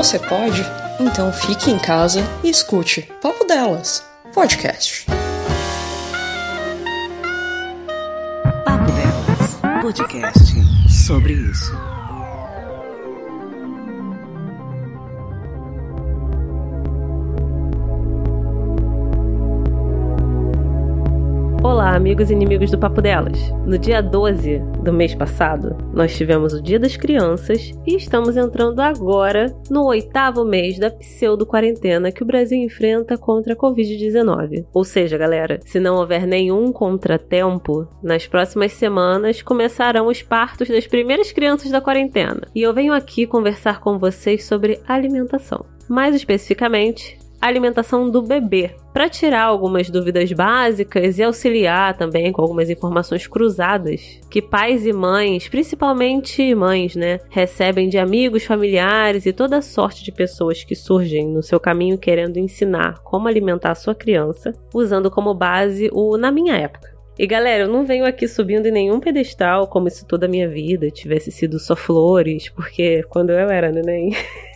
Você pode? Então fique em casa e escute Papo Delas, podcast. Papo Delas, podcast sobre isso. Olá, amigos e inimigos do Papo Delas. No dia 12 do mês passado, nós tivemos o Dia das Crianças e estamos entrando agora no 8º mês da pseudo-quarentena que o Brasil enfrenta contra a Covid-19. Ou seja, galera, se não houver nenhum contratempo, nas próximas semanas começarão os partos das primeiras crianças da quarentena. E eu venho aqui conversar com vocês sobre alimentação. Mais especificamente, a alimentação do bebê, para tirar algumas dúvidas básicas e auxiliar também com algumas informações cruzadas que pais e mães, principalmente mães, recebem de amigos, familiares e toda sorte de pessoas que surgem no seu caminho querendo ensinar como alimentar a sua criança, usando como base o "na minha época". E galera, eu não venho aqui subindo em nenhum pedestal como se toda a minha vida tivesse sido só flores, porque quando eu era neném...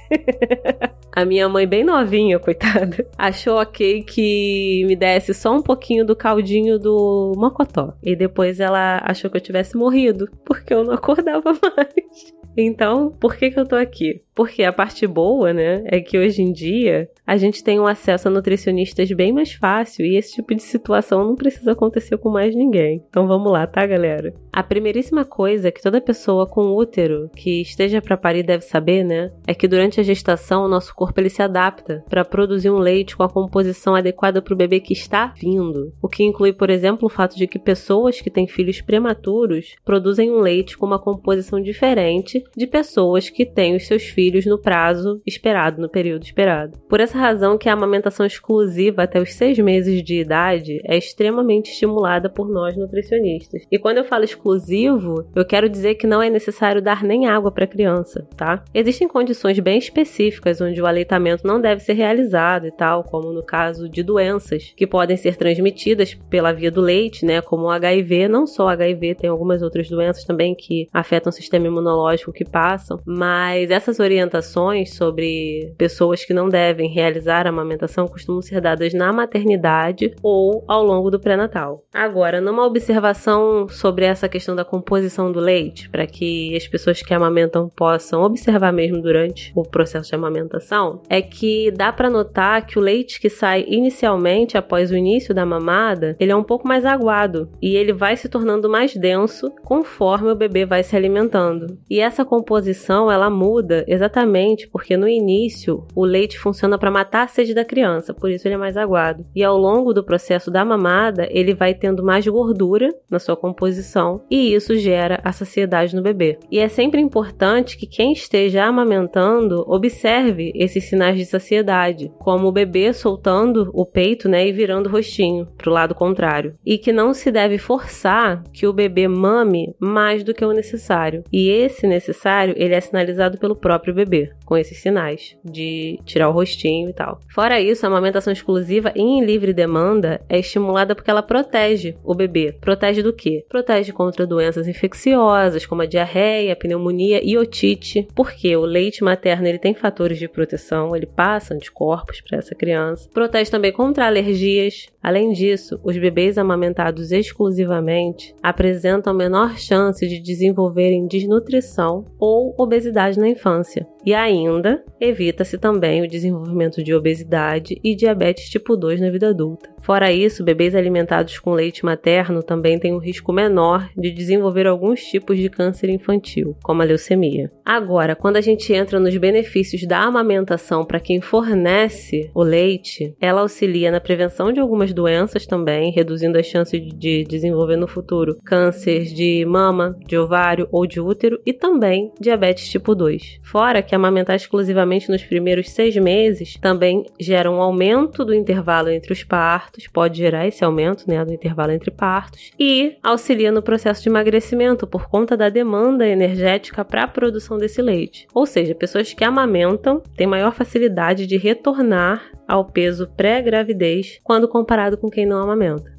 A minha mãe, bem novinha, coitada, achou ok que me desse só um pouquinho do caldinho do mocotó. E depois ela achou que eu tivesse morrido, porque eu não acordava mais. Então, por que eu tô aqui? Porque a parte boa, é que hoje em dia a gente tem um acesso a nutricionistas bem mais fácil e esse tipo de situação não precisa acontecer com mais ninguém. Então vamos lá, tá, galera? A primeiríssima coisa que toda pessoa com útero que esteja para parir deve saber, é que durante a gestação o nosso corpo ele se adapta para produzir um leite com a composição adequada para o bebê que está vindo. O que inclui, por exemplo, o fato de que pessoas que têm filhos prematuros produzem um leite com uma composição diferente de pessoas que têm os seus filhos no prazo esperado, no período esperado. Por essa razão que a amamentação exclusiva até os 6 meses de idade é extremamente estimulada por nós nutricionistas. E quando eu falo exclusivo, eu quero dizer que não é necessário dar nem água para a criança, tá? Existem condições bem específicas onde o aleitamento não deve ser realizado e tal, como no caso de doenças que podem ser transmitidas pela via do leite, como o HIV. Não só o HIV, tem algumas outras doenças também que afetam o sistema imunológico que passam, mas essas orientações sobre pessoas que não devem realizar a amamentação costumam ser dadas na maternidade ou ao longo do pré-natal. Agora, numa observação sobre essa questão da composição do leite, para que as pessoas que amamentam possam observar mesmo durante o processo de amamentação, é que dá para notar que o leite que sai inicialmente após o início da mamada, ele é um pouco mais aguado e ele vai se tornando mais denso conforme o bebê vai se alimentando. E essa composição, ela muda exatamente porque no início o leite funciona para matar a sede da criança, por isso ele é mais aguado. E ao longo do processo da mamada, ele vai tendo mais gordura na sua composição e isso gera a saciedade no bebê. E é sempre importante que quem esteja amamentando observe esses sinais de saciedade, como o bebê soltando o peito, e virando o rostinho para o lado contrário. E que não se deve forçar que o bebê mame mais do que o necessário. E esse necessário, ele é sinalizado pelo próprio bebê, com esses sinais de tirar o rostinho e tal. Fora isso, a amamentação exclusiva em livre demanda é estimulada porque ela protege o bebê. Protege do quê? Protege contra doenças infecciosas, como a diarreia, a pneumonia e otite, porque o leite materno ele tem fatores de proteção, ele passa anticorpos para essa criança. Protege também contra alergias. Além disso, os bebês amamentados exclusivamente apresentam menor chance de desenvolverem desnutrição ou obesidade na infância. E ainda, evita-se também o desenvolvimento de obesidade e diabetes tipo 2 na vida adulta. Fora isso, bebês alimentados com leite materno também têm um risco menor de desenvolver alguns tipos de câncer infantil, como a leucemia. Agora, quando a gente entra nos benefícios da amamentação para quem fornece o leite, ela auxilia na prevenção de algumas doenças também, reduzindo as chances de desenvolver no futuro câncer de mama, de ovário ou de útero e também diabetes tipo 2. Fora que amamentar exclusivamente nos primeiros 6 meses também gera um aumento do intervalo entre os partos, pode gerar esse aumento do intervalo entre partos e auxilia no processo de emagrecimento por conta da demanda energética para a produção desse leite. Ou seja, pessoas que amamentam têm maior facilidade de retornar ao peso pré-gravidez quando comparado com quem não amamenta.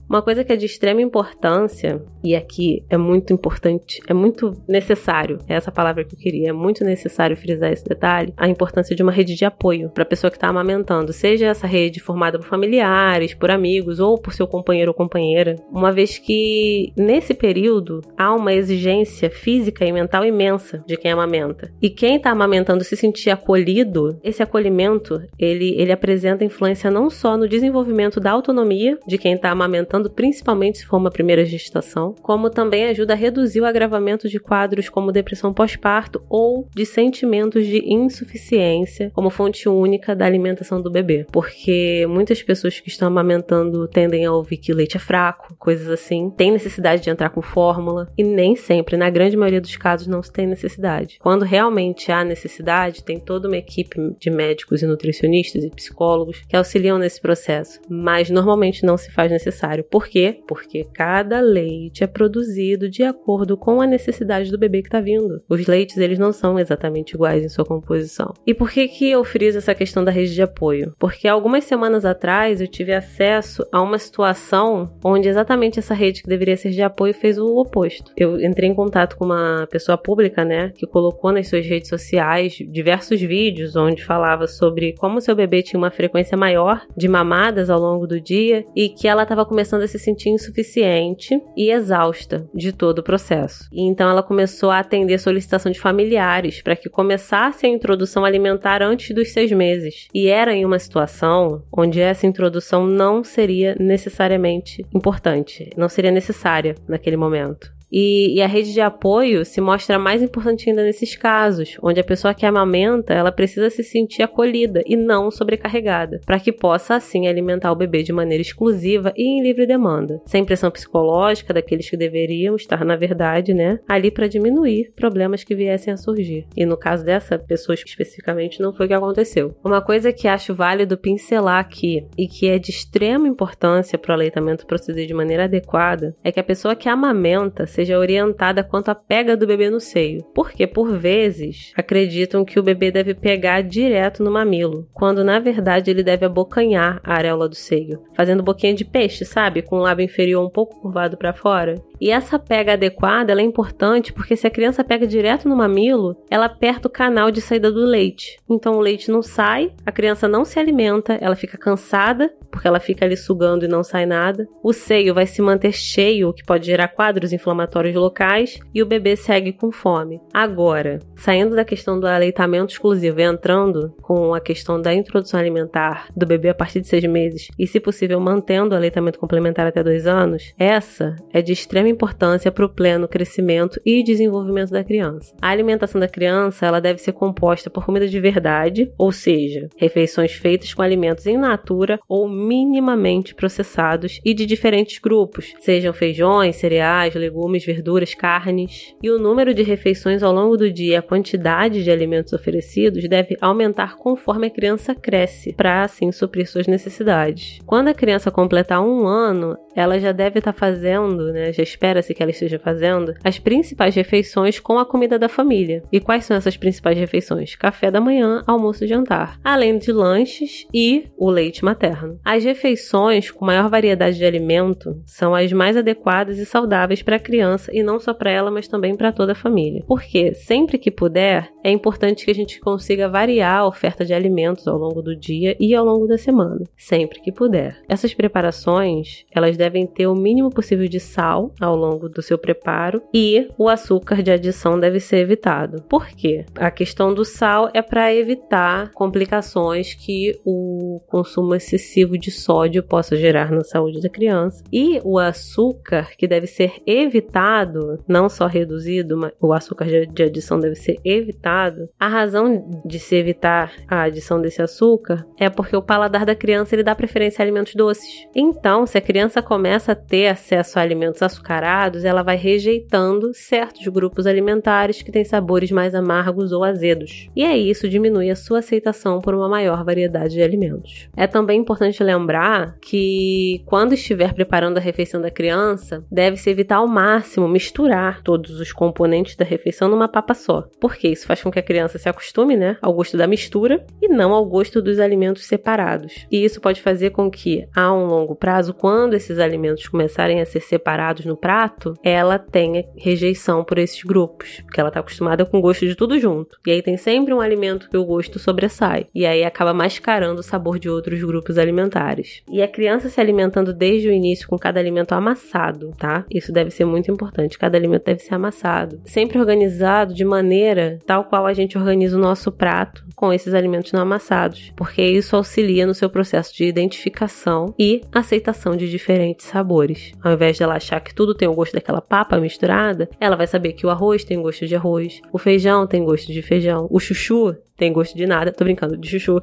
Uma coisa que é de extrema importância, e aqui é muito importante, é muito necessário, é essa palavra que eu queria, é muito necessário frisar esse detalhe, a importância de uma rede de apoio para a pessoa que está amamentando, seja essa rede formada por familiares, por amigos ou por seu companheiro ou companheira, uma vez que nesse período há uma exigência física e mental imensa de quem amamenta. E quem está amamentando se sentir acolhido, esse acolhimento, ele apresenta influência não só no desenvolvimento da autonomia de quem está amamentando, principalmente se for uma primeira gestação, como também ajuda a reduzir o agravamento de quadros como depressão pós-parto ou de sentimentos de insuficiência como fonte única da alimentação do bebê. Porque muitas pessoas que estão amamentando tendem a ouvir que leite é fraco, coisas assim, tem necessidade de entrar com fórmula e nem sempre, na grande maioria dos casos, não se tem necessidade. Quando realmente há necessidade, tem toda uma equipe de médicos e nutricionistas e psicólogos que auxiliam nesse processo, mas normalmente não se faz necessário. Por quê? Porque cada leite é produzido de acordo com a necessidade do bebê que está vindo. Os leites, eles não são exatamente iguais em sua composição. E por que eu friso essa questão da rede de apoio? Porque algumas semanas atrás eu tive acesso a uma situação onde exatamente essa rede que deveria ser de apoio fez o oposto. Eu entrei em contato com uma pessoa pública, né, que colocou nas suas redes sociais diversos vídeos onde falava sobre como seu bebê tinha uma frequência maior de mamadas ao longo do dia e que ela estava começando a se sentir insuficiente e exausta de todo o processo. E então ela começou a atender solicitação de familiares para que começasse a introdução alimentar antes dos 6 meses. E era em uma situação onde essa introdução não seria necessariamente importante, não seria necessária naquele momento. E a rede de apoio se mostra mais importante ainda nesses casos, onde a pessoa que amamenta, ela precisa se sentir acolhida e não sobrecarregada, para que possa assim alimentar o bebê de maneira exclusiva e em livre demanda, sem pressão psicológica daqueles que deveriam estar, na verdade, né, ali para diminuir problemas que viessem a surgir. E no caso dessa pessoa especificamente, não foi o que aconteceu. Uma coisa que acho válido pincelar aqui, e que é de extrema importância para o aleitamento proceder de maneira adequada, é que a pessoa que amamenta seja orientada quanto à pega do bebê no seio, porque por vezes acreditam que o bebê deve pegar direto no mamilo, quando na verdade ele deve abocanhar a areola do seio, fazendo boquinha de peixe, sabe, com o lábio inferior um pouco curvado para fora. E essa pega adequada, ela é importante porque se a criança pega direto no mamilo, ela aperta o canal de saída do leite. Então o leite não sai, a criança não se alimenta, ela fica cansada, porque ela fica ali sugando e não sai nada. O seio vai se manter cheio, o que pode gerar quadros inflamatórios locais, e o bebê segue com fome. Agora, saindo da questão do aleitamento exclusivo e entrando com a questão da introdução alimentar do bebê a partir de 6 meses, e se possível mantendo o aleitamento complementar até 2 anos, essa é de extrema importância para o pleno crescimento e desenvolvimento da criança. A alimentação da criança, ela deve ser composta por comida de verdade, ou seja, refeições feitas com alimentos in natura ou minimamente processados e de diferentes grupos, sejam feijões, cereais, legumes, verduras, carnes. E o número de refeições ao longo do dia e a quantidade de alimentos oferecidos deve aumentar conforme a criança cresce, para assim suprir suas necessidades. Quando a criança completar 1 ano, ela já deve estar fazendo, né, já espera-se que ela esteja fazendo, as principais refeições com a comida da família. E quais são essas principais refeições? Café da manhã, almoço e jantar, além de lanches e o leite materno. As refeições com maior variedade de alimento são as mais adequadas e saudáveis para a criança, e não só para ela, mas também para toda a família. Porque sempre que puder, é importante que a gente consiga variar a oferta de alimentos ao longo do dia e ao longo da semana, sempre que puder. Essas preparações, elas devem ter o mínimo possível de sal ao longo do seu preparo, e o açúcar de adição deve ser evitado. Por quê? A questão do sal é para evitar complicações que o consumo excessivo de sódio possa gerar na saúde da criança. E o açúcar, que deve ser evitado, não só reduzido, mas o açúcar de adição deve ser evitado. A razão de se evitar a adição desse açúcar é porque o paladar da criança, ele dá preferência a alimentos doces. Então, se a criança começa a ter acesso a alimentos açucarados, ela vai rejeitando certos grupos alimentares que têm sabores mais amargos ou azedos. E aí isso diminui a sua aceitação por uma maior variedade de alimentos. É também importante lembrar que quando estiver preparando a refeição da criança, deve-se evitar ao máximo misturar todos os componentes da refeição numa papa só. Porque isso faz com que a criança se acostume, né, ao gosto da mistura e não ao gosto dos alimentos separados. E isso pode fazer com que, a um longo prazo, quando esses alimentos começarem a ser separados no prato, ela tenha rejeição por esses grupos, porque ela está acostumada com o gosto de tudo junto. E aí tem sempre um alimento que o gosto sobressai, e aí acaba mascarando o sabor de outros grupos alimentares. E a criança se alimentando desde o início com cada alimento amassado, tá? Isso deve ser muito importante, cada alimento deve ser amassado. Sempre organizado de maneira tal qual a gente organiza o nosso prato com esses alimentos não amassados, porque isso auxilia no seu processo de identificação e aceitação de diferentes sabores. Ao invés de ela achar que tudo tem o gosto daquela papa misturada, ela vai saber que o arroz tem gosto de arroz, o feijão tem gosto de feijão, o chuchu tem gosto de nada, tô brincando, de chuchu.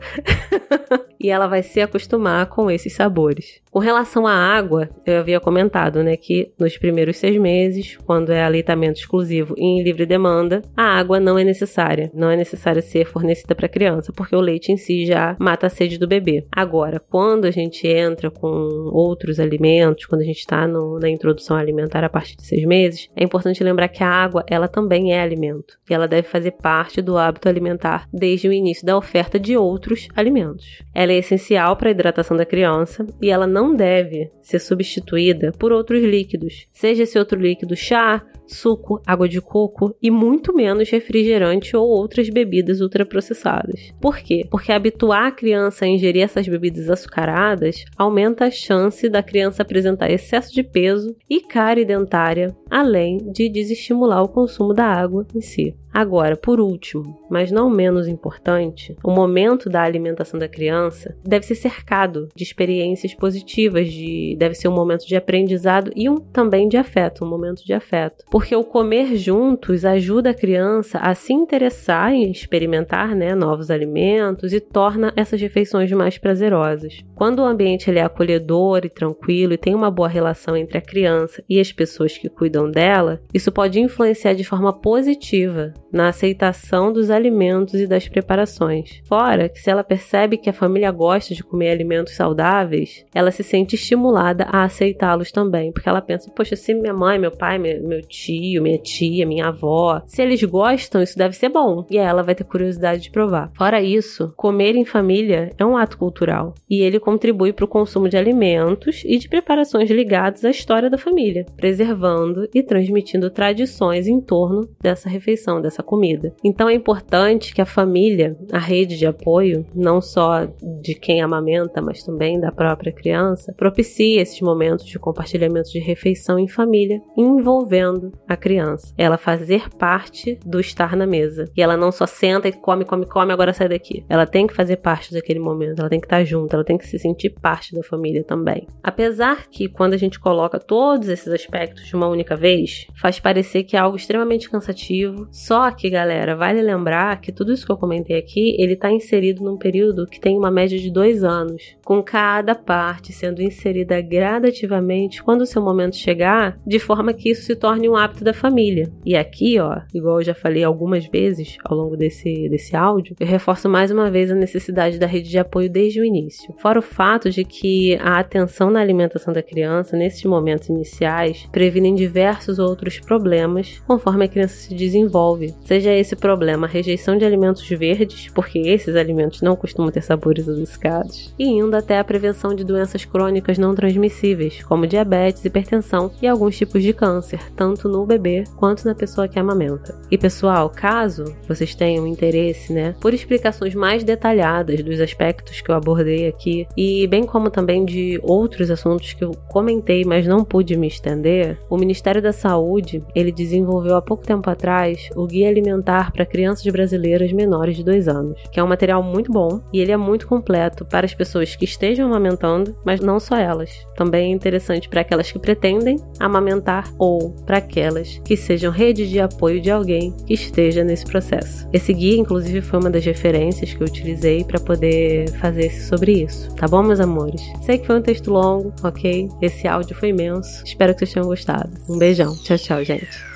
E ela vai se acostumar com esses sabores. Com relação à água, eu havia comentado, né, que nos primeiros 6 meses, quando é aleitamento exclusivo e em livre demanda, a água não é necessária. Não é necessária ser fornecida para a criança, porque o leite em si já mata a sede do bebê. Agora, quando a gente entra com outros alimentos, quando a gente está na introdução alimentar a partir de 6 meses, é importante lembrar que a água, ela também é alimento. E ela deve fazer parte do hábito alimentar desde o início da oferta de outros alimentos. Ela é essencial para a hidratação da criança e ela não deve ser substituída por outros líquidos, seja esse outro líquido chá, suco, água de coco e muito menos refrigerante ou outras bebidas ultraprocessadas. Por quê? Porque habituar a criança a ingerir essas bebidas açucaradas aumenta a chance da criança apresentar excesso de peso e cárie dentária, além de desestimular o consumo da água em si. Agora, por último, mas não menos importante, o momento da alimentação da criança deve ser cercado de experiências positivas, deve ser um momento de aprendizado e também de afeto, um momento de afeto. Porque o comer juntos ajuda a criança a se interessar em experimentar, né, novos alimentos e torna essas refeições mais prazerosas. Quando o ambiente ele é acolhedor e tranquilo e tem uma boa relação entre a criança e as pessoas que cuidam dela, isso pode influenciar de forma positiva na aceitação dos alimentos e das preparações. Fora que se ela percebe que a família gosta de comer alimentos saudáveis, ela se sente estimulada a aceitá-los também, porque ela pensa, poxa, se minha mãe, meu pai, meu tio, minha tia, minha avó, se eles gostam, isso deve ser bom. E aí ela vai ter curiosidade de provar. Fora isso, comer em família é um ato cultural e ele contribui para o consumo de alimentos e de preparações ligadas à história da família, preservando e transmitindo tradições em torno dessa refeição, dessa comida. Então é importante que a família, a rede de apoio, não só de quem amamenta, mas também da própria criança, propicie esses momentos de compartilhamento de refeição em família, envolvendo a criança. Ela fazer parte do estar na mesa. E ela não só senta e come, agora sai daqui. Ela tem que fazer parte daquele momento, ela tem que estar junto, ela tem que se sentir parte da família também. Apesar que quando a gente coloca todos esses aspectos de uma única vez, faz parecer que é algo extremamente cansativo. Só que, galera, vale lembrar que tudo isso que eu comentei aqui, ele está inserido num período que tem uma média de 2 anos, com cada parte sendo inserida gradativamente quando o seu momento chegar, de forma que isso se torne um hábito da família. E aqui, ó, igual eu já falei algumas vezes ao longo desse áudio, eu reforço mais uma vez a necessidade da rede de apoio desde o início. Fora o fato de que a atenção na alimentação da criança, nesses momentos iniciais, previnem diversos outros problemas conforme a criança se desenvolve. Seja esse problema a rejeição de alimentos verdes, porque esses alimentos não costumam ter sabores adocicados, e indo até a prevenção de doenças crônicas não transmissíveis, como diabetes, hipertensão e alguns tipos de câncer, tanto no bebê quanto na pessoa que amamenta. E pessoal, caso vocês tenham interesse, né, por explicações mais detalhadas dos aspectos que eu abordei aqui, e bem como também de outros assuntos que eu comentei, mas não pude me estender, o Ministério da Saúde, ele desenvolveu há pouco tempo atrás o Guia Alimentar para Crianças Brasileiras Menores de 2 anos, que é um material muito bom e ele é muito completo para as pessoas que estejam amamentando, mas não só elas. Também é interessante para aquelas que pretendem amamentar ou para aquelas que sejam rede de apoio de alguém que esteja nesse processo. Esse guia, inclusive, foi uma das referências que eu utilizei para poder fazer sobre isso. Tá bom, meus amores? Sei que foi um texto longo, ok? Esse áudio foi imenso. Espero que vocês tenham gostado. Um beijão. Tchau, tchau, gente.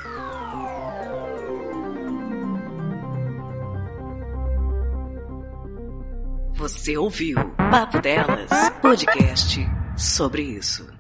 Você ouviu Papo Delas, podcast sobre isso.